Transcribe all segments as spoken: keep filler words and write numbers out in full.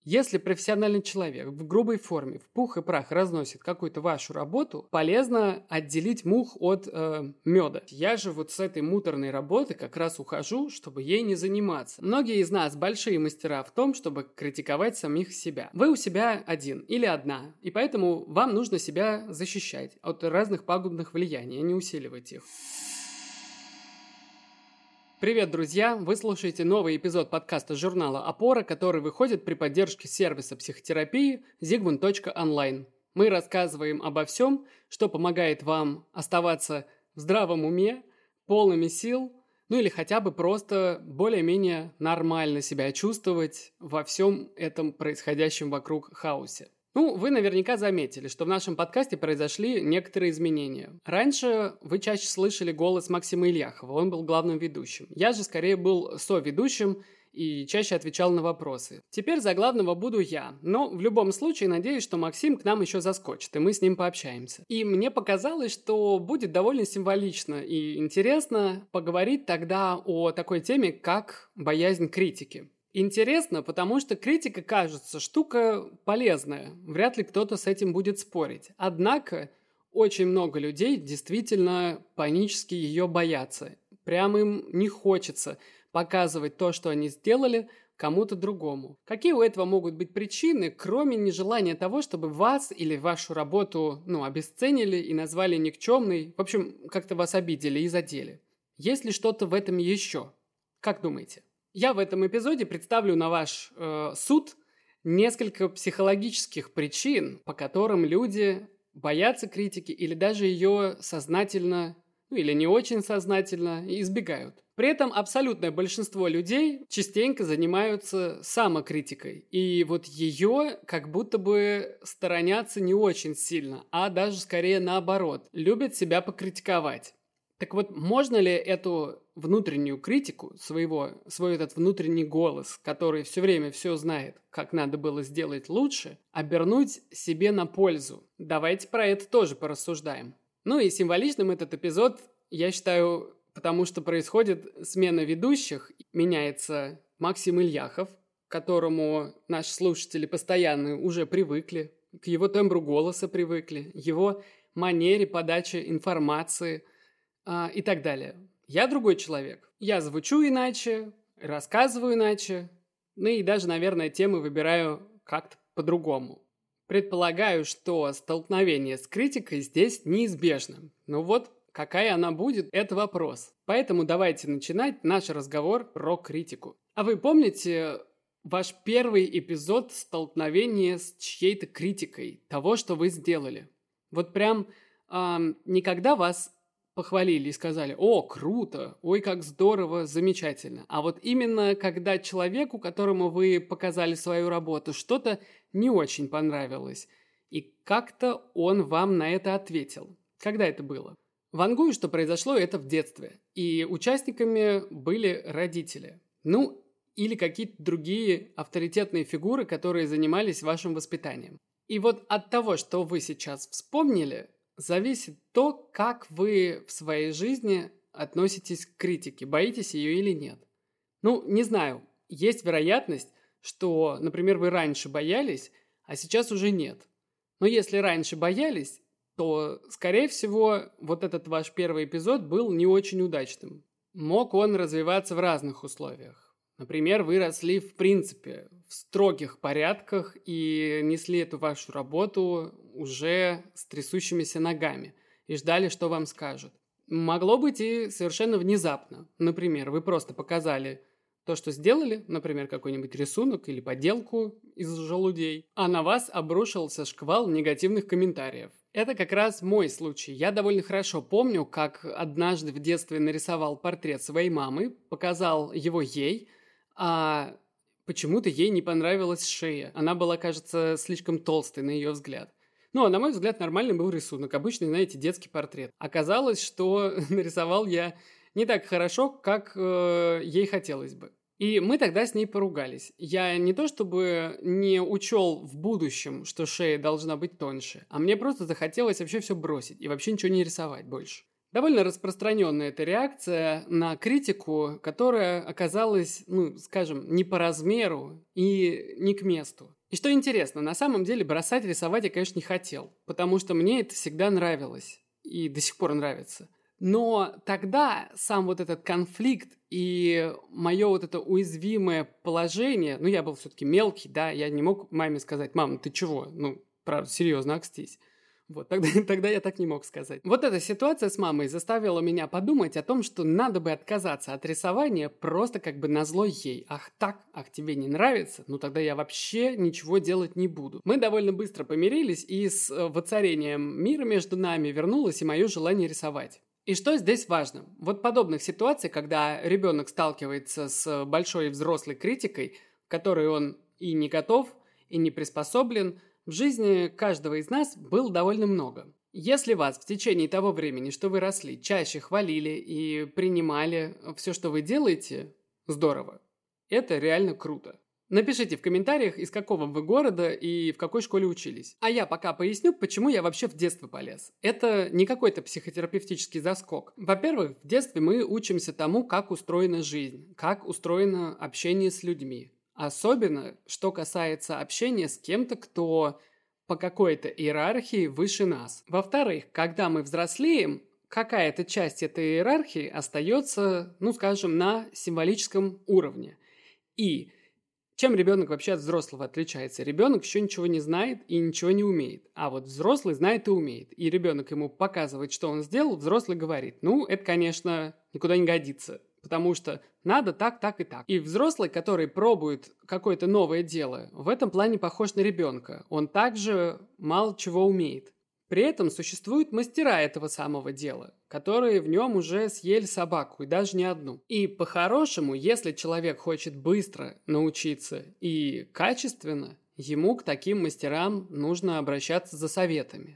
Если профессиональный человек в грубой форме, в пух и прах разносит какую-то вашу работу, полезно отделить мух от э, меда. Я же вот с этой муторной работы как раз ухожу, чтобы ей не заниматься. Многие из нас большие мастера в том, чтобы критиковать самих себя. Вы у себя один или одна, и поэтому вам нужно себя защищать от разных пагубных влияний, а не усиливать их. Привет, друзья! Вы слушаете новый эпизод подкаста журнала «Опора», который выходит при поддержке сервиса психотерапии зигмунд точка онлайн. Мы рассказываем обо всем, что помогает вам оставаться в здравом уме, полными сил, ну или хотя бы просто более-менее нормально себя чувствовать во всем этом происходящем вокруг хаосе. Ну, вы наверняка заметили, что в нашем подкасте произошли некоторые изменения. Раньше вы чаще слышали голос Максима Ильяхова, он был главным ведущим. Я же скорее был соведущим и чаще отвечал на вопросы. Теперь за главного буду я, но в любом случае надеюсь, что Максим к нам еще заскочит, и мы с ним пообщаемся. И мне показалось, что будет довольно символично и интересно поговорить тогда о такой теме, как боязнь критики. Интересно, потому что критика, кажется, штука полезная. Вряд ли кто-то с этим будет спорить. Однако, очень много людей действительно панически ее боятся. Прям им не хочется показывать то, что они сделали, кому-то другому. Какие у этого могут быть причины, кроме нежелания того, чтобы вас или вашу работу, ну, обесценили и назвали никчемной, в общем, как-то вас обидели и задели? Есть ли что-то в этом еще? Как думаете? Я в этом эпизоде представлю на ваш э, суд несколько психологических причин, по которым люди боятся критики или даже ее сознательно, ну или не очень сознательно избегают. При этом абсолютное большинство людей частенько занимаются самокритикой, и вот ее как будто бы сторонятся не очень сильно, а даже скорее наоборот, любят себя покритиковать. Так вот, можно ли эту внутреннюю критику, своего, свой этот внутренний голос, который все время все знает, как надо было сделать лучше, обернуть себе на пользу? Давайте про это тоже порассуждаем. Ну и символичным этот эпизод, я считаю, потому что происходит смена ведущих, меняется Максим Ильяхов, к которому наши слушатели постоянно уже привыкли, к его тембру голоса привыкли, его манере подачи информации – А, и так далее. Я другой человек. Я звучу иначе, рассказываю иначе, ну и даже, наверное, темы выбираю как-то по-другому. Предполагаю, что столкновение с критикой здесь неизбежно. Но вот какая она будет, это вопрос. Поэтому давайте начинать наш разговор про критику. А вы помните ваш первый эпизод столкновения с чьей-то критикой, того, что вы сделали? Вот прям эм, никогда вас похвалили и сказали: «О, круто! Ой, как здорово! Замечательно!» А вот именно когда человеку, которому вы показали свою работу, что-то не очень понравилось, и как-то он вам на это ответил. Когда это было? Вангую, что произошло это в детстве, и участниками были родители. Ну, или какие-то другие авторитетные фигуры, которые занимались вашим воспитанием. И вот от того, что вы сейчас вспомнили, зависит то, как вы в своей жизни относитесь к критике, боитесь ее или нет. Ну, не знаю, есть вероятность, что, например, вы раньше боялись, а сейчас уже нет. Но если раньше боялись, то, скорее всего, вот этот ваш первый эпизод был не очень удачным. Мог он развиваться в разных условиях. Например, вы росли в принципе в строгих порядках и несли эту вашу работу уже с трясущимися ногами и ждали, что вам скажут. Могло быть и совершенно внезапно. Например, вы просто показали то, что сделали, например, какой-нибудь рисунок или поделку из желудей, а на вас обрушился шквал негативных комментариев. Это как раз мой случай. Я довольно хорошо помню, как однажды в детстве нарисовал портрет своей мамы, показал его ей, а почему-то ей не понравилась шея. Она была, кажется, слишком толстой, на ее взгляд. Ну, а на мой взгляд, нормальный был рисунок. Обычный, знаете, детский портрет. Оказалось, что нарисовал я не так хорошо, как э, ей хотелось бы. И мы тогда с ней поругались. Я не то чтобы не учел в будущем, что шея должна быть тоньше, а мне просто захотелось вообще все бросить и вообще ничего не рисовать больше. Довольно распространенная эта реакция на критику, которая оказалась, ну, скажем, не по размеру и не к месту. И что интересно, на самом деле бросать рисовать я, конечно, не хотел, потому что мне это всегда нравилось и до сих пор нравится. Но тогда сам вот этот конфликт и мое вот это уязвимое положение, ну, я был все-таки мелкий, да, я не мог маме сказать: «Мам, ты чего? Ну, правда, серьезно, окстись». Вот, тогда, тогда я так не мог сказать. Вот эта ситуация с мамой заставила меня подумать о том, что надо бы отказаться от рисования просто как бы назло ей. Ах так, ах тебе не нравится? Ну тогда я вообще ничего делать не буду. Мы довольно быстро помирились, и с воцарением мира между нами вернулось и мое желание рисовать. И что здесь важно? Вот в подобных ситуациях, когда ребенок сталкивается с большой взрослой критикой, к которой он и не готов, и не приспособлен, в жизни каждого из нас было довольно много. Если вас в течение того времени, что вы росли, чаще хвалили и принимали все, что вы делаете, здорово. Это реально круто. Напишите в комментариях, из какого вы города и в какой школе учились. А я пока поясню, почему я вообще в детство полез. Это не какой-то психотерапевтический заскок. Во-первых, в детстве мы учимся тому, как устроена жизнь, как устроено общение с людьми. Особенно, что касается общения с кем-то, кто по какой-то иерархии выше нас. Во-вторых, когда мы взрослеем, какая-то часть этой иерархии остается, ну скажем, на символическом уровне. И чем ребенок вообще от взрослого отличается? Ребенок еще ничего не знает и ничего не умеет. А вот взрослый знает и умеет. И ребенок ему показывает, что он сделал, взрослый говорит: ну, это, конечно, никуда не годится. Потому что надо так, так и так. И взрослый, который пробует какое-то новое дело, в этом плане похож на ребенка. Он также мало чего умеет. При этом существуют мастера этого самого дела, которые в нем уже съели собаку, и даже не одну. И по-хорошему, если человек хочет быстро научиться и качественно, ему к таким мастерам нужно обращаться за советами.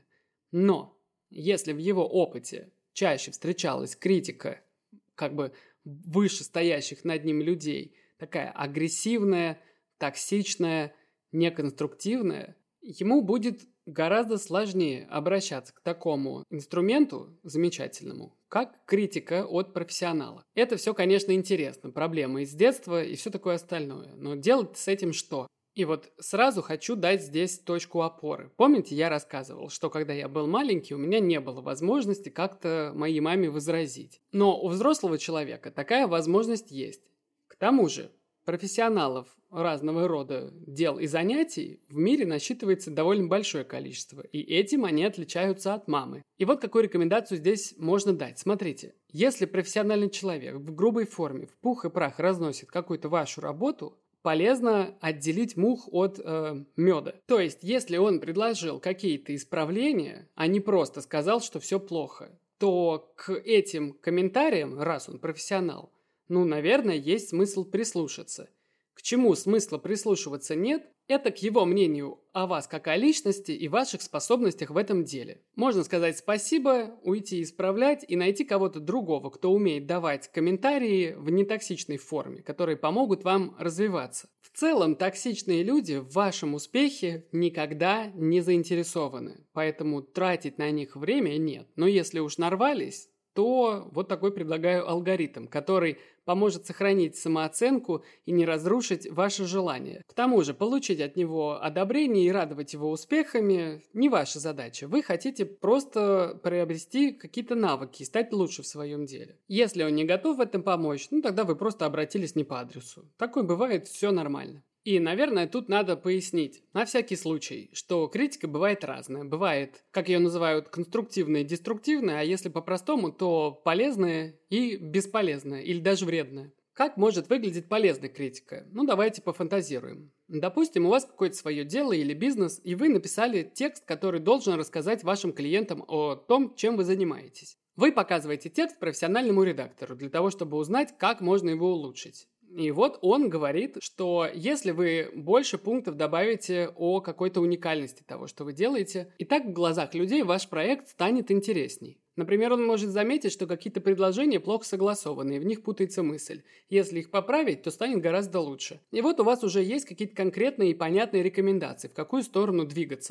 Но если в его опыте чаще встречалась критика, как бы вышестоящих над ним людей, такая агрессивная, токсичная, неконструктивная, ему будет гораздо сложнее обращаться к такому инструменту замечательному, как критика от профессионала. Это все, конечно, интересно, проблемы из детства и все такое остальное, но делать с этим что? И вот сразу хочу дать здесь точку опоры. Помните, я рассказывал, что когда я был маленький, у меня не было возможности как-то моей маме возразить. Но у взрослого человека такая возможность есть. К тому же, профессионалов разного рода дел и занятий в мире насчитывается довольно большое количество, и этим они отличаются от мамы. И вот какую рекомендацию здесь можно дать. Смотрите, если профессиональный человек в грубой форме, в пух и прах разносит какую-то вашу работу, полезно отделить мух от э, меда. То есть, если он предложил какие-то исправления, а не просто сказал, что все плохо, то к этим комментариям, раз он профессионал, ну, наверное, есть смысл прислушаться. К чему смысла прислушиваться нет, это к его мнению о вас как о личности и ваших способностях в этом деле. Можно сказать спасибо, уйти исправлять и найти кого-то другого, кто умеет давать комментарии в нетоксичной форме, которые помогут вам развиваться. В целом, токсичные люди в вашем успехе никогда не заинтересованы, поэтому тратить на них время нет. Но если уж нарвались, то вот такой предлагаю алгоритм, который поможет сохранить самооценку и не разрушить ваши желания. К тому же, получить от него одобрение и радовать его успехами не ваша задача. Вы хотите просто приобрести какие-то навыки и стать лучше в своем деле. Если он не готов в этом помочь, ну тогда вы просто обратились не по адресу. Такое бывает, все нормально. И, наверное, тут надо пояснить, на всякий случай, что критика бывает разная. Бывает, как ее называют, конструктивная и деструктивная, а если по-простому, то полезная и бесполезная, или даже вредная. Как может выглядеть полезная критика? Ну, давайте пофантазируем. Допустим, у вас какое-то свое дело или бизнес, и вы написали текст, который должен рассказать вашим клиентам о том, чем вы занимаетесь. Вы показываете текст профессиональному редактору для того, чтобы узнать, как можно его улучшить. И вот он говорит, что если вы больше пунктов добавите о какой-то уникальности того, что вы делаете, и так в глазах людей ваш проект станет интересней. Например, он может заметить, что какие-то предложения плохо согласованы, и в них путается мысль. Если их поправить, то станет гораздо лучше. И вот у вас уже есть какие-то конкретные и понятные рекомендации, в какую сторону двигаться.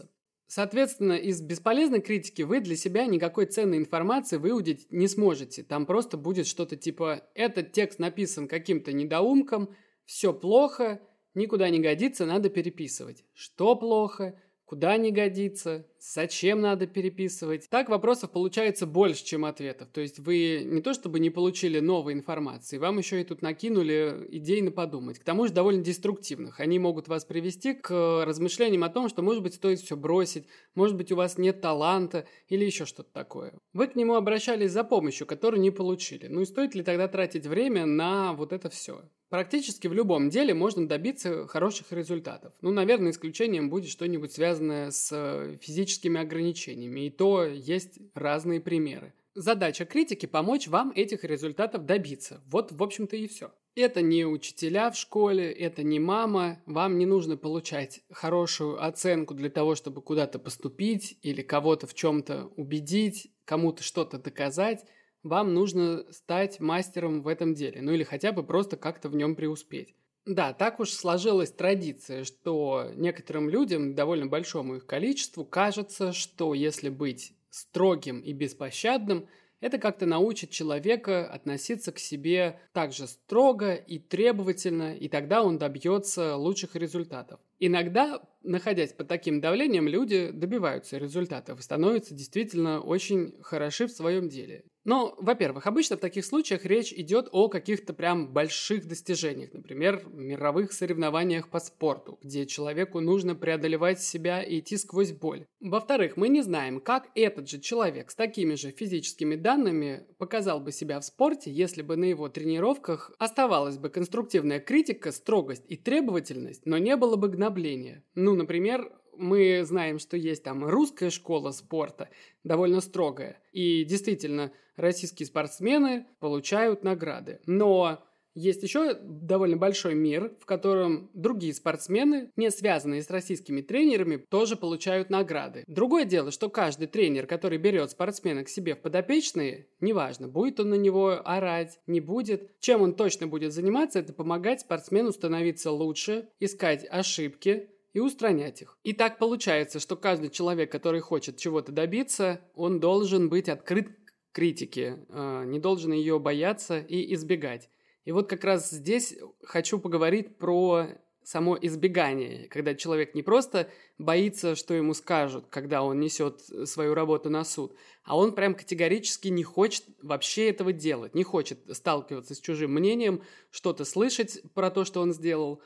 Соответственно, из бесполезной критики вы для себя никакой ценной информации выудить не сможете. Там просто будет что-то типа «этот текст написан каким-то недоумком, все плохо, никуда не годится, надо переписывать». Что плохо? Куда не годится? Зачем надо переписывать? Так вопросов получается больше, чем ответов. То есть вы не то чтобы не получили новой информации, вам еще и тут накинули идей на подумать. К тому же довольно деструктивных. Они могут вас привести к размышлениям о том, что, может быть, стоит все бросить, может быть, у вас нет таланта или еще что-то такое. Вы к нему обращались за помощью, которую не получили. Ну и стоит ли тогда тратить время на вот это все? Практически в любом деле можно добиться хороших результатов. Ну, наверное, исключением будет что-нибудь связанное с физическими ограничениями. И то есть разные примеры. Задача критики – помочь вам этих результатов добиться. Вот, в общем-то, и все. Это не учителя в школе, это не мама. Вам не нужно получать хорошую оценку для того, чтобы куда-то поступить или кого-то в чем-то убедить, кому-то что-то доказать. Вам нужно стать мастером в этом деле, ну или хотя бы просто как-то в нем преуспеть. Да, так уж сложилась традиция, что некоторым людям, довольно большому их количеству, кажется, что если быть строгим и беспощадным, это как-то научит человека относиться к себе так же строго и требовательно, и тогда он добьется лучших результатов. Иногда, находясь под таким давлением, люди добиваются результатов и становятся действительно очень хороши в своем деле. Но, во-первых, обычно в таких случаях речь идет о каких-то прям больших достижениях, например, мировых соревнованиях по спорту, где человеку нужно преодолевать себя и идти сквозь боль. Во-вторых, мы не знаем, как этот же человек с такими же физическими данными показал бы себя в спорте, если бы на его тренировках оставалась бы конструктивная критика, строгость и требовательность, но не было бы гнобления. Ну, например, мы знаем, что есть там русская школа спорта, довольно строгая, и действительно российские спортсмены получают награды. Но есть еще довольно большой мир, в котором другие спортсмены, не связанные с российскими тренерами, тоже получают награды. Другое дело, что каждый тренер, который берет спортсмена к себе в подопечные, неважно, будет он на него орать, не будет, чем он точно будет заниматься, это помогать спортсмену становиться лучше, искать ошибки и устранять их. И так получается, что каждый человек, который хочет чего-то добиться, он должен быть открыт к критике, не должен ее бояться и избегать. И вот как раз здесь хочу поговорить про само избегание, когда человек не просто боится, что ему скажут, когда он несет свою работу на суд, а он прям категорически не хочет вообще этого делать, не хочет сталкиваться с чужим мнением, что-то слышать про то, что он сделал.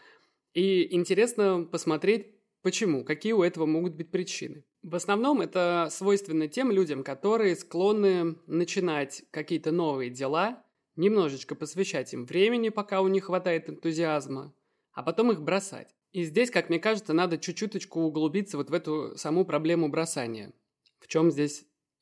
И интересно посмотреть, почему, какие у этого могут быть причины. В основном это свойственно тем людям, которые склонны начинать какие-то новые дела, немножечко посвящать им времени, пока у них хватает энтузиазма, а потом их бросать. И здесь, как мне кажется, надо чуть-чуточку углубиться вот в эту саму проблему бросания. В чем здесь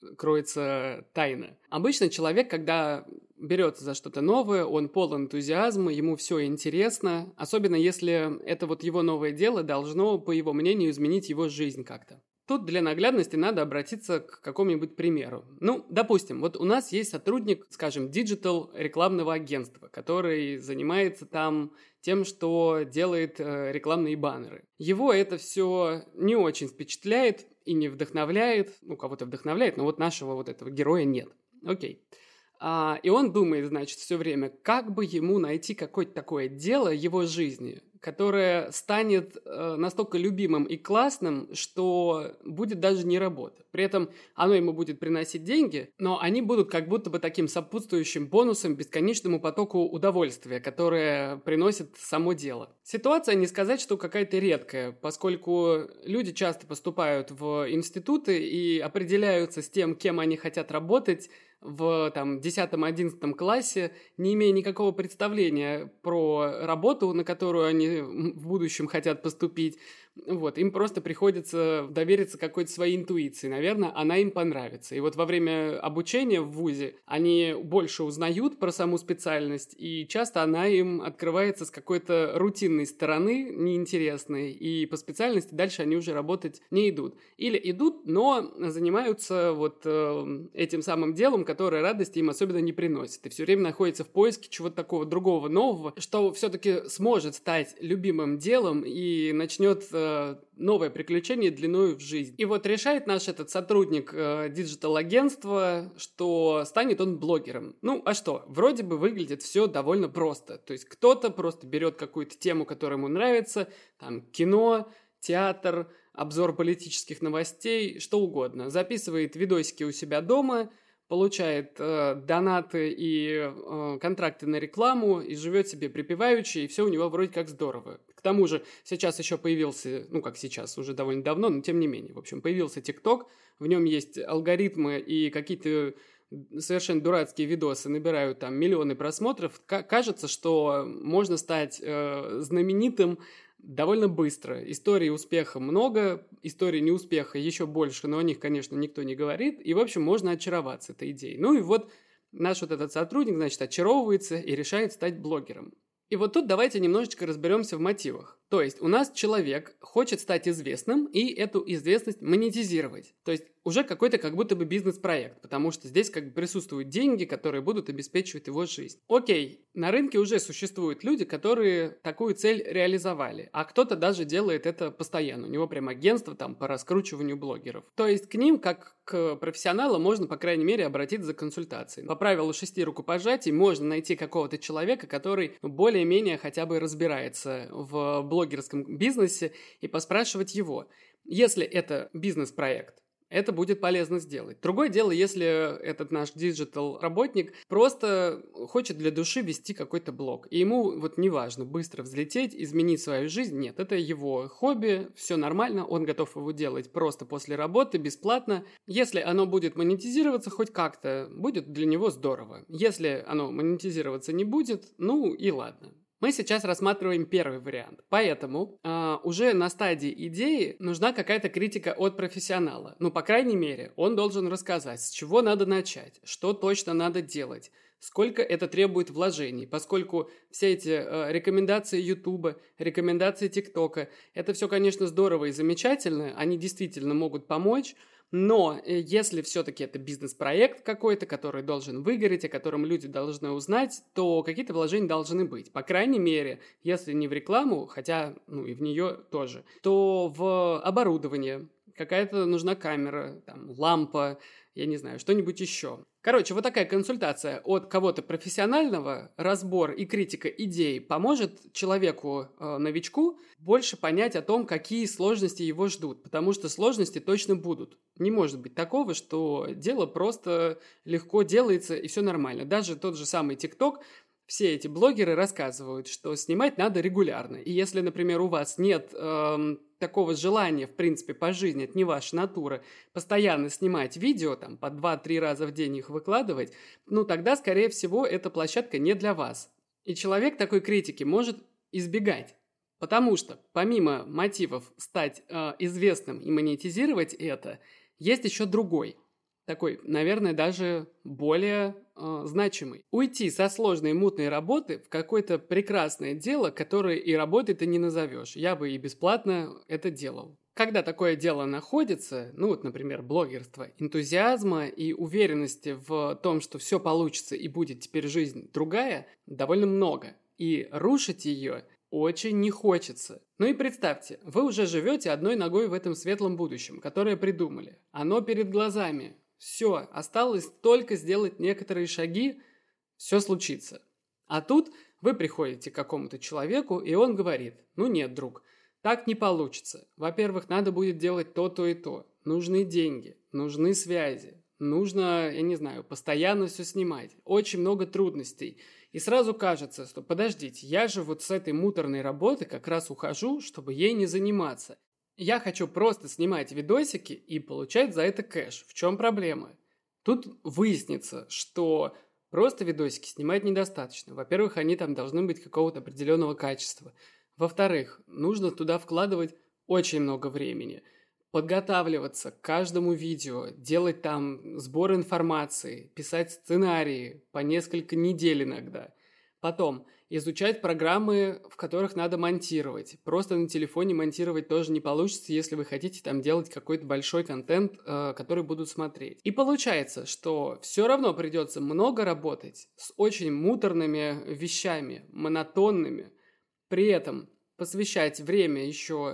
кроется тайна. Обычно человек, когда берется за что-то новое, он полон энтузиазма, ему все интересно, особенно если это вот его новое дело должно, по его мнению, изменить его жизнь как-то. Тут для наглядности надо обратиться к какому-нибудь примеру. Ну, допустим, вот у нас есть сотрудник, скажем, диджитал рекламного агентства, который занимается там тем, что делает э, рекламные баннеры. Его это все не очень впечатляет и не вдохновляет. Ну, кого-то вдохновляет, но вот нашего вот этого героя нет. Окей. А, и он думает, значит, все время, как бы ему найти какое-то такое дело его жизни, которое станет э, настолько любимым и классным, что будет даже не работа. При этом оно ему будет приносить деньги, но они будут как будто бы таким сопутствующим бонусом бесконечному потоку удовольствия, которое приносит само дело. Ситуация, не сказать, что какая-то редкая, поскольку люди часто поступают в институты и определяются с тем, кем они хотят работать, в там, десятом-одиннадцатом классе, не имея никакого представления про работу, на которую они в будущем хотят поступить. Вот, им просто приходится довериться какой-то своей интуиции. Наверное, она им понравится. И вот во время обучения в вузе они больше узнают про саму специальность, и часто она им открывается с какой-то рутинной стороны, неинтересной, и по специальности дальше они уже работать не идут. Или идут, но занимаются вот э, этим самым делом, которое радости им особенно не приносит. И все время находятся в поиске чего-то такого другого, нового, что все-таки сможет стать любимым делом и начнет э, это новое приключение длиною в жизнь. И вот решает наш этот сотрудник э, диджитал-агентства, что станет он блогером. Ну, а что? Вроде бы выглядит все довольно просто. То есть кто-то просто берет какую-то тему, которая ему нравится, там, кино, театр, обзор политических новостей, что угодно. Записывает видосики у себя дома, получает э, донаты и э, контракты на рекламу и живет себе припеваючи, и все у него вроде как здорово. К тому же сейчас еще появился, ну как сейчас, уже довольно давно, но тем не менее, в общем, появился ТикТок, в нем есть алгоритмы и какие-то совершенно дурацкие видосы набирают там миллионы просмотров. К- кажется, что можно стать э, знаменитым довольно быстро. Историй успеха много, историй неуспеха еще больше, но о них, конечно, никто не говорит. И, в общем, можно очароваться этой идеей. Ну и вот наш вот этот сотрудник, значит, очаровывается и решает стать блогером. И вот тут давайте немножечко разберемся в мотивах. То есть у нас человек хочет стать известным и эту известность монетизировать. То есть уже какой-то как будто бы бизнес-проект, потому что здесь как бы присутствуют деньги, которые будут обеспечивать его жизнь. Окей, на рынке уже существуют люди, которые такую цель реализовали, а кто-то даже делает это постоянно. У него прям агентство там по раскручиванию блогеров. То есть к ним, как к профессионалам, можно, по крайней мере, обратиться за консультацией. По правилу шести рукопожатий можно найти какого-то человека, который более-менее хотя бы разбирается в блогерском бизнесе и поспрашивать его. Если это бизнес-проект, это будет полезно сделать. Другое дело, если этот наш диджитал-работник просто хочет для души вести какой-то блог. И ему вот неважно быстро взлететь, изменить свою жизнь. Нет, это его хобби, все нормально, он готов его делать просто после работы, бесплатно. Если оно будет монетизироваться хоть как-то, будет для него здорово. Если оно монетизироваться не будет, ну и ладно. Мы сейчас рассматриваем первый вариант, поэтому э, уже на стадии идеи нужна какая-то критика от профессионала. Ну, по крайней мере, он должен рассказать, с чего надо начать, что точно надо делать, сколько это требует вложений, поскольку все эти э, рекомендации Ютуба, рекомендации ТикТока, это все, конечно, здорово и замечательно, они действительно могут помочь. Но если все-таки это бизнес-проект какой-то, который должен выгореть, о котором люди должны узнать, то какие-то вложения должны быть. По крайней мере, если не в рекламу, хотя ну и в нее тоже, то в оборудование. Какая-то нужна камера, там, лампа, я не знаю, что-нибудь еще. Короче, вот такая консультация от кого-то профессионального, разбор и критика идей поможет человеку, э, новичку, больше понять о том, какие сложности его ждут, потому что сложности точно будут. Не может быть такого, что дело просто легко делается и все нормально. Даже тот же самый ТикТок, все эти блогеры рассказывают, что снимать надо регулярно. И если, например, у вас нет эм, такого желания, в принципе, по жизни, это не ваша натура, постоянно снимать видео, там, по два-три раза в день их выкладывать, ну, тогда, скорее всего, эта площадка не для вас. И человек такой критики может избегать. Потому что, помимо мотивов стать э, известным и монетизировать это, есть еще другой. Такой, наверное, даже более э, значимый. Уйти со сложной мутной работы в какое-то прекрасное дело, которое и работой ты не назовешь. Я бы и бесплатно это делал. Когда такое дело находится, ну вот, например, блогерство, энтузиазма и уверенности в том, что все получится и будет теперь жизнь другая, довольно много. И рушить ее очень не хочется. Ну и представьте, вы уже живете одной ногой в этом светлом будущем, которое придумали. Оно перед глазами. Все, осталось только сделать некоторые шаги, все случится. А тут вы приходите к какому-то человеку, и он говорит: ну нет, друг, так не получится. Во-первых, надо будет делать то, то и то. Нужны деньги, нужны связи, нужно, я не знаю, постоянно все снимать. Очень много трудностей. И сразу кажется, что подождите, я же вот с этой муторной работы как раз ухожу, чтобы ей не заниматься. Я хочу просто снимать видосики и получать за это кэш. В чем проблема? Тут выяснится, что просто видосики снимать недостаточно. Во-первых, они там должны быть какого-то определенного качества. Во-вторых, нужно туда вкладывать очень много времени. Подготавливаться к каждому видео, делать там сбор информации, писать сценарии по несколько недель иногда. Потом изучать программы, в которых надо монтировать. Просто на телефоне монтировать тоже не получится, если вы хотите там делать какой-то большой контент, э, который будут смотреть. И получается, что все равно придется много работать с очень муторными вещами, монотонными. При этом посвящать время еще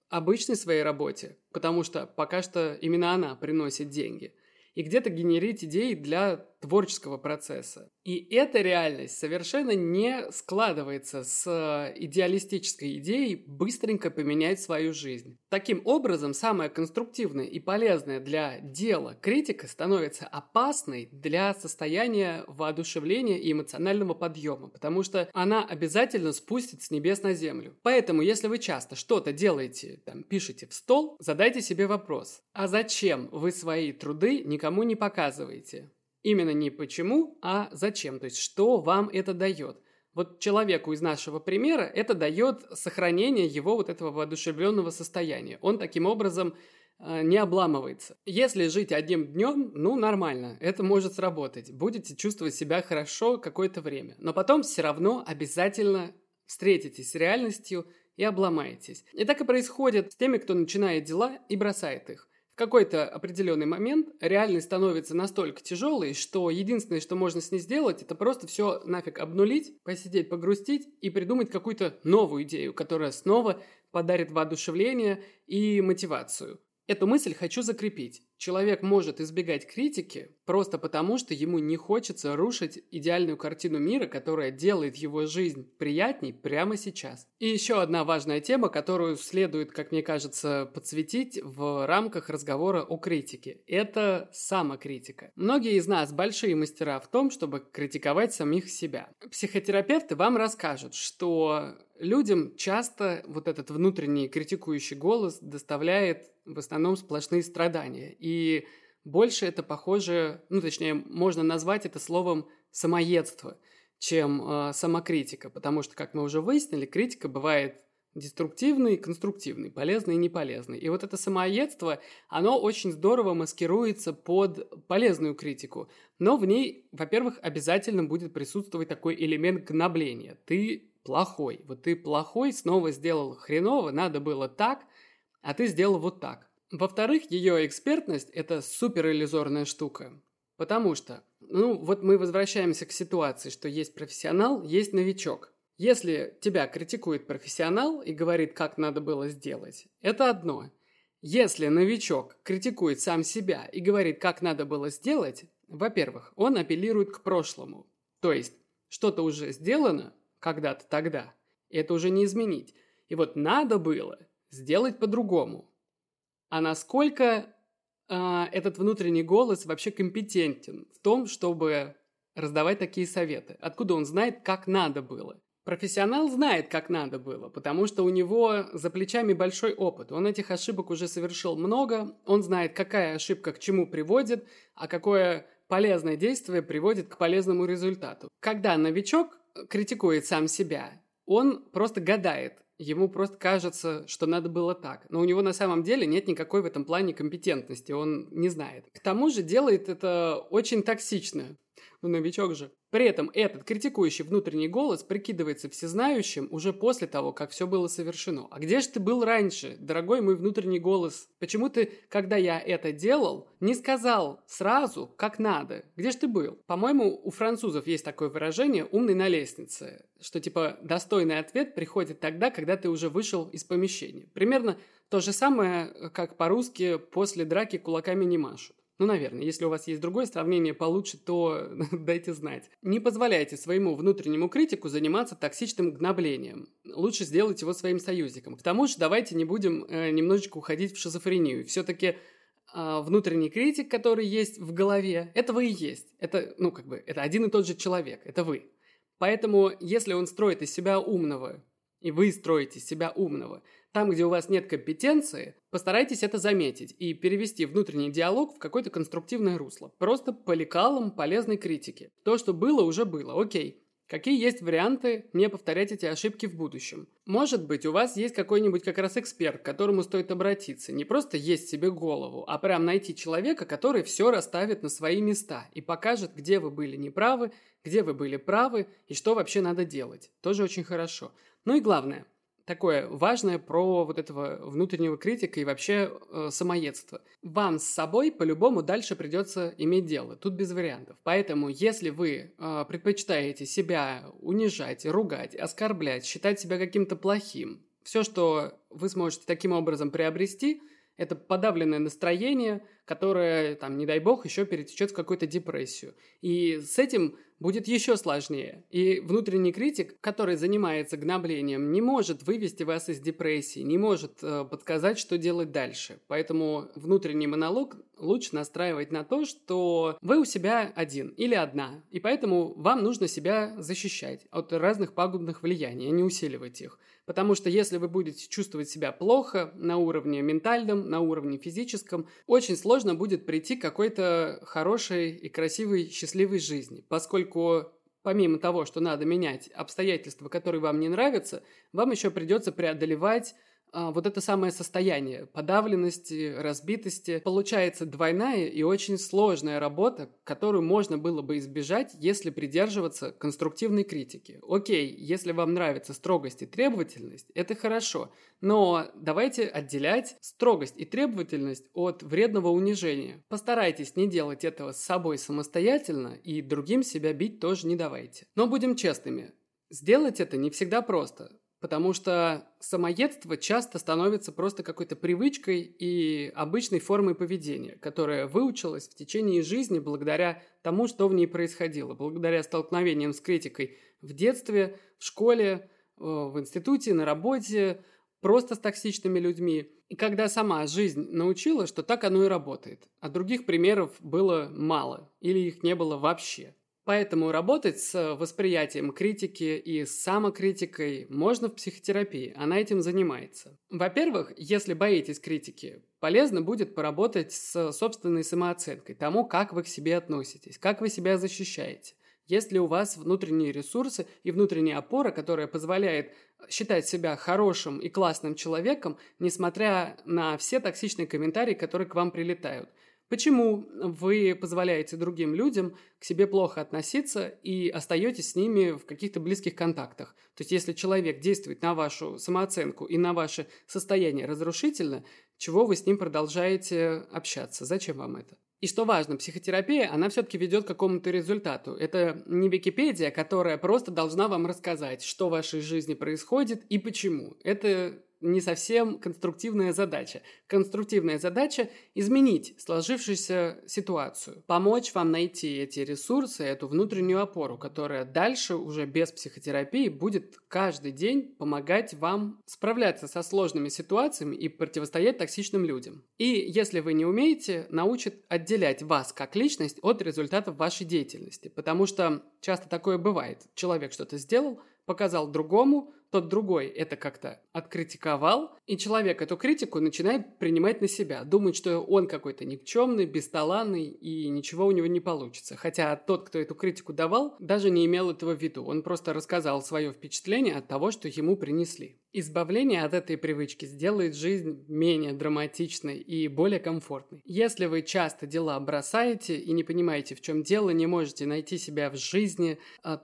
обычной своей работе, потому что пока что именно она приносит деньги, и где-то генерить идеи для творческого процесса. И эта реальность совершенно не складывается с идеалистической идеей быстренько поменять свою жизнь. Таким образом, самая конструктивная и полезная для дела критика становится опасной для состояния воодушевления и эмоционального подъема, потому что она обязательно спустит с небес на землю. Поэтому, если вы часто что-то делаете, там, пишете в стол, задайте себе вопрос: а зачем вы свои труды никому не показываете? Именно не почему, а зачем, то есть что вам это дает. Вот человеку из нашего примера это дает сохранение его вот этого воодушевленного состояния. Он таким образом э, не обламывается. Если жить одним днем, ну нормально, это может сработать. Будете чувствовать себя хорошо какое-то время. Но потом все равно обязательно встретитесь с реальностью и обломаетесь. И так и происходит с теми, кто начинает дела и бросает их. В какой-то определенный момент реальность становится настолько тяжелой, что единственное, что можно с ней сделать, это просто все нафиг обнулить, посидеть, погрустить и придумать какую-то новую идею, которая снова подарит воодушевление и мотивацию. Эту мысль хочу закрепить. Человек может избегать критики просто потому, что ему не хочется рушить идеальную картину мира, которая делает его жизнь приятней прямо сейчас. И еще одна важная тема, которую следует, как мне кажется, подсветить в рамках разговора о критике. Это самокритика. Многие из нас большие мастера в том, чтобы критиковать самих себя. Психотерапевты вам расскажут, что людям часто вот этот внутренний критикующий голос доставляет в основном сплошные страдания. И больше это похоже, ну точнее, можно назвать это словом самоедство, чем э, самокритика. Потому что, как мы уже выяснили, критика бывает деструктивной, конструктивной, полезной и неполезной. И вот это самоедство, оно очень здорово маскируется под полезную критику. Но в ней, во-первых, обязательно будет присутствовать такой элемент гнобления. Ты плохой. Вот ты плохой, снова сделал хреново, надо было так, а ты сделал вот так. Во-вторых, ее экспертность – это супериллюзорная штука. Потому что, ну, вот мы возвращаемся к ситуации, что есть профессионал, есть новичок. Если тебя критикует профессионал и говорит, как надо было сделать, это одно. Если новичок критикует сам себя и говорит, как надо было сделать, во-первых, он апеллирует к прошлому. То есть, что-то уже сделано когда-то тогда, и это уже не изменить. И вот надо было сделать по-другому. А насколько э, этот внутренний голос вообще компетентен в том, чтобы раздавать такие советы? Откуда он знает, как надо было? Профессионал знает, как надо было, потому что у него за плечами большой опыт. Он этих ошибок уже совершил много, он знает, какая ошибка к чему приводит, а какое полезное действие приводит к полезному результату. Когда новичок критикует сам себя, он просто гадает. Ему просто кажется, что надо было так. Но у него на самом деле нет никакой в этом плане компетентности, он не знает. К тому же делает это очень токсично. Ну, новичок же. При этом этот критикующий внутренний голос прикидывается всезнающим уже после того, как все было совершено. А где же ты был раньше, дорогой мой внутренний голос? Почему ты, когда я это делал, не сказал сразу, как надо? Где же ты был? По-моему, у французов есть такое выражение «умный на лестнице», что типа достойный ответ приходит тогда, когда ты уже вышел из помещения. Примерно то же самое, как по-русски «после драки кулаками не машут». Ну, наверное, если у вас есть другое сравнение получше, то дайте знать. Не позволяйте своему внутреннему критику заниматься токсичным гноблением. Лучше сделать его своим союзником. К тому же давайте не будем э, немножечко уходить в шизофрению. Все-таки э, внутренний критик, который есть в голове, это вы и есть. Это, ну, как бы, это один и тот же человек, это вы. Поэтому, если он строит из себя умного, и вы строите из себя умного, там, где у вас нет компетенции, постарайтесь это заметить и перевести внутренний диалог в какое-то конструктивное русло. Просто по лекалам полезной критики. То, что было, уже было. Окей. Какие есть варианты не повторять эти ошибки в будущем? Может быть, у вас есть какой-нибудь как раз эксперт, к которому стоит обратиться. Не просто есть себе голову, а прям найти человека, который все расставит на свои места и покажет, где вы были неправы, где вы были правы и что вообще надо делать. Тоже очень хорошо. Ну и главное, такое важное про вот этого внутреннего критика и вообще э, самоедство. Вам с собой по-любому дальше придется иметь дело, тут без вариантов. Поэтому, если вы э, предпочитаете себя унижать, ругать, оскорблять, считать себя каким-то плохим, Все, что вы сможете таким образом приобрести, это подавленное настроение, которое, там, не дай бог, еще перетечет в какую-то депрессию. И с этим будет еще сложнее. И внутренний критик, который занимается гноблением, не может вывести вас из депрессии, не может э, подсказать, что делать дальше. Поэтому внутренний монолог лучше настраивать на то, что вы у себя один или одна. И поэтому вам нужно себя защищать от разных пагубных влияний, а не усиливать их. Потому что если вы будете чувствовать себя плохо на уровне ментальном, на уровне физическом, очень сложно будет прийти к какой-то хорошей и красивой, счастливой жизни. Поскольку помимо того, что надо менять обстоятельства, которые вам не нравятся, вам еще придется преодолевать а, вот это самое состояние подавленности, разбитости. Получается двойная и очень сложная работа, которую можно было бы избежать, если придерживаться конструктивной критики. Окей, если вам нравится строгость и требовательность, это хорошо, но давайте отделять строгость и требовательность от вредного унижения. Постарайтесь не делать этого с собой самостоятельно, и другим себя бить тоже не давайте. Но будем честными, сделать это не всегда просто. Потому что самоедство часто становится просто какой-то привычкой и обычной формой поведения, которая выучилась в течение жизни благодаря тому, что в ней происходило, благодаря столкновениям с критикой в детстве, в школе, в институте, на работе, просто с токсичными людьми. И когда сама жизнь научила, что так оно и работает, а других примеров было мало или их не было вообще. Поэтому работать с восприятием критики и с самокритикой можно в психотерапии, она этим занимается. Во-первых, если боитесь критики, полезно будет поработать с собственной самооценкой, тому, как вы к себе относитесь, как вы себя защищаете. Есть ли у вас внутренние ресурсы и внутренняя опора, которая позволяет считать себя хорошим и классным человеком, несмотря на все токсичные комментарии, которые к вам прилетают. Почему вы позволяете другим людям к себе плохо относиться и остаетесь с ними в каких-то близких контактах? То есть, если человек действует на вашу самооценку и на ваше состояние разрушительно, чего вы с ним продолжаете общаться? Зачем вам это? И что важно, психотерапия, она все-таки ведет к какому-то результату. Это не Википедия, которая просто должна вам рассказать, что в вашей жизни происходит и почему. Это не совсем конструктивная задача. Конструктивная задача – изменить сложившуюся ситуацию, помочь вам найти эти ресурсы, эту внутреннюю опору, которая дальше уже без психотерапии будет каждый день помогать вам справляться со сложными ситуациями и противостоять токсичным людям. И если вы не умеете, научит отделять вас как личность от результатов вашей деятельности, потому что часто такое бывает. Человек что-то сделал, показал другому, тот другой это как-то откритиковал, и человек эту критику начинает принимать на себя, думать, что он какой-то никчемный, бесталанный, и ничего у него не получится. Хотя тот, кто эту критику давал, даже не имел этого в виду. Он просто рассказал свое впечатление от того, что ему принесли. Избавление от этой привычки сделает жизнь менее драматичной и более комфортной. Если вы часто дела бросаете и не понимаете, в чем дело, не можете найти себя в жизни,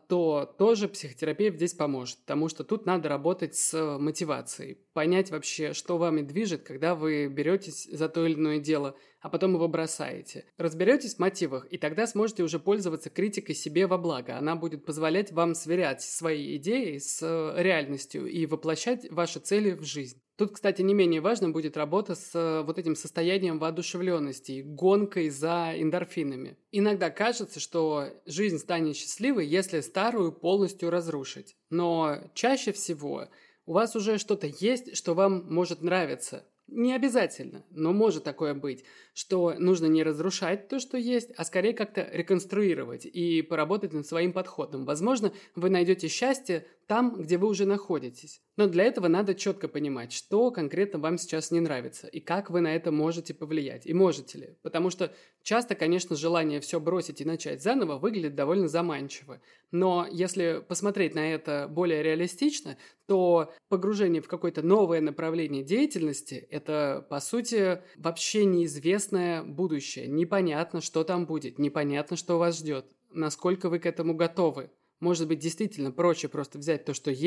то тоже психотерапия здесь поможет, потому что тут надо работать с мотивацией, понять вообще, что вами движет, когда вы беретесь за то или иное дело, а потом его бросаете. Разберетесь в мотивах, и тогда сможете уже пользоваться критикой себе во благо. Она будет позволять вам сверять свои идеи с реальностью и воплощать ваши цели в жизнь. Тут, кстати, не менее важно будет работа с вот этим состоянием воодушевленности, гонкой за эндорфинами. Иногда кажется, что жизнь станет счастливой, если старую полностью разрушить. Но чаще всего у вас уже что-то есть, что вам может нравиться. Не обязательно, но может такое быть, что нужно не разрушать то, что есть, а скорее как-то реконструировать и поработать над своим подходом. Возможно, вы найдете счастье там, где вы уже находитесь. Но для этого надо четко понимать, что конкретно вам сейчас не нравится и как вы на это можете повлиять, и можете ли. Потому что часто, конечно, желание все бросить и начать заново выглядит довольно заманчиво. Но если посмотреть на это более реалистично, то погружение в какое-то новое направление деятельности – это, по сути, вообще неизвестное будущее. Непонятно, что там будет, непонятно, что вас ждет, насколько вы к этому готовы. Может быть, действительно проще просто взять то, что есть,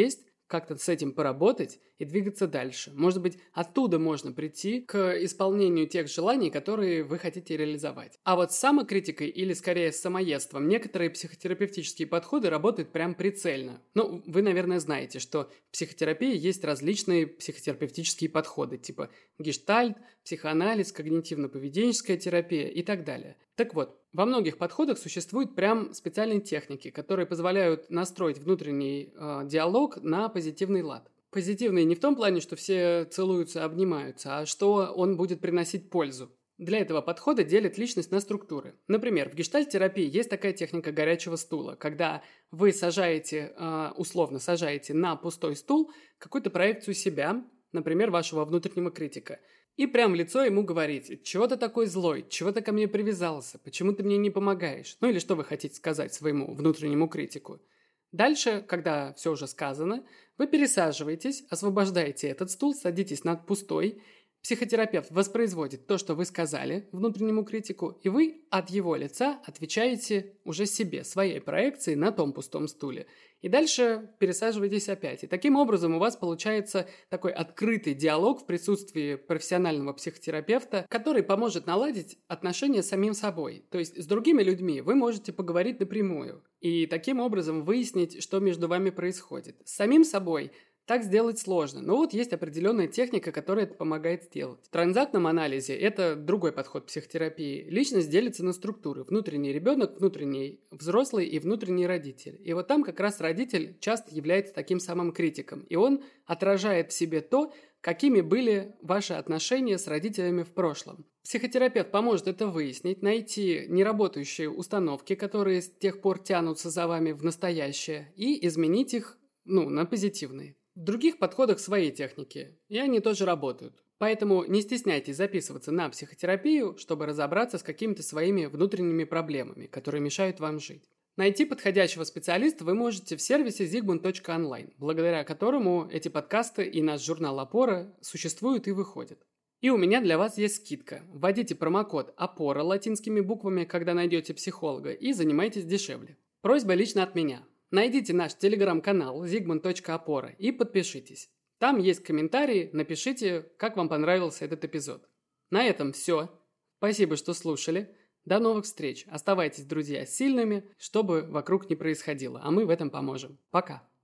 как-то с этим поработать и двигаться дальше. Может быть, оттуда можно прийти к исполнению тех желаний, которые вы хотите реализовать. А вот с самокритикой или скорее с самоедством некоторые психотерапевтические подходы работают прям прицельно. Ну, вы, наверное, знаете, что в психотерапии есть различные психотерапевтические подходы, типа гештальт, психоанализ, когнитивно-поведенческая терапия и так далее. Так вот, во многих подходах существуют прям специальные техники, которые позволяют настроить внутренний э, диалог на позитивный лад. Позитивный не в том плане, что все целуются, обнимаются, а что он будет приносить пользу. Для этого подхода делят личность на структуры. Например, в гештальт-терапии есть такая техника горячего стула, когда вы сажаете, э, условно сажаете на пустой стул какую-то проекцию себя, например, вашего внутреннего критика, и прям в лицо ему говорите: чего ты такой злой, чего ты ко мне привязался, почему ты мне не помогаешь, ну или что вы хотите сказать своему внутреннему критику. Дальше, когда все уже сказано, вы пересаживаетесь, освобождаете этот стул, садитесь над пустой. Психотерапевт воспроизводит то, что вы сказали внутреннему критику, и вы от его лица отвечаете уже себе, своей проекцией на том пустом стуле. И дальше пересаживаетесь опять. И таким образом у вас получается такой открытый диалог в присутствии профессионального психотерапевта, который поможет наладить отношения с самим собой. То есть с другими людьми вы можете поговорить напрямую и таким образом выяснить, что между вами происходит. С самим собой так сделать сложно, но вот есть определенная техника, которая это помогает сделать. В транзактном анализе это другой подход психотерапии. Личность делится на структуры: внутренний ребенок, внутренний взрослый и внутренний родитель. И вот там как раз родитель часто является таким самым критиком, и он отражает в себе то, какими были ваши отношения с родителями в прошлом. Психотерапевт поможет это выяснить, найти неработающие установки, которые с тех пор тянутся за вами в настоящее, и изменить их, ну, на позитивные. В других подходах свои техники, и они тоже работают. Поэтому не стесняйтесь записываться на психотерапию, чтобы разобраться с какими-то своими внутренними проблемами, которые мешают вам жить. Найти подходящего специалиста вы можете в сервисе зигмунд точка онлайн, благодаря которому эти подкасты и наш журнал «Опора» существуют и выходят. И у меня для вас есть скидка. Вводите промокод «Опора» латинскими буквами, когда найдете психолога, и занимайтесь дешевле. Просьба лично от меня. Найдите наш телеграм-канал зигмунд точка опора и подпишитесь. Там есть комментарии, напишите, как вам понравился этот эпизод. На этом все. Спасибо, что слушали. До новых встреч. Оставайтесь, друзья, сильными, чтобы вокруг не происходило, а мы в этом поможем. Пока.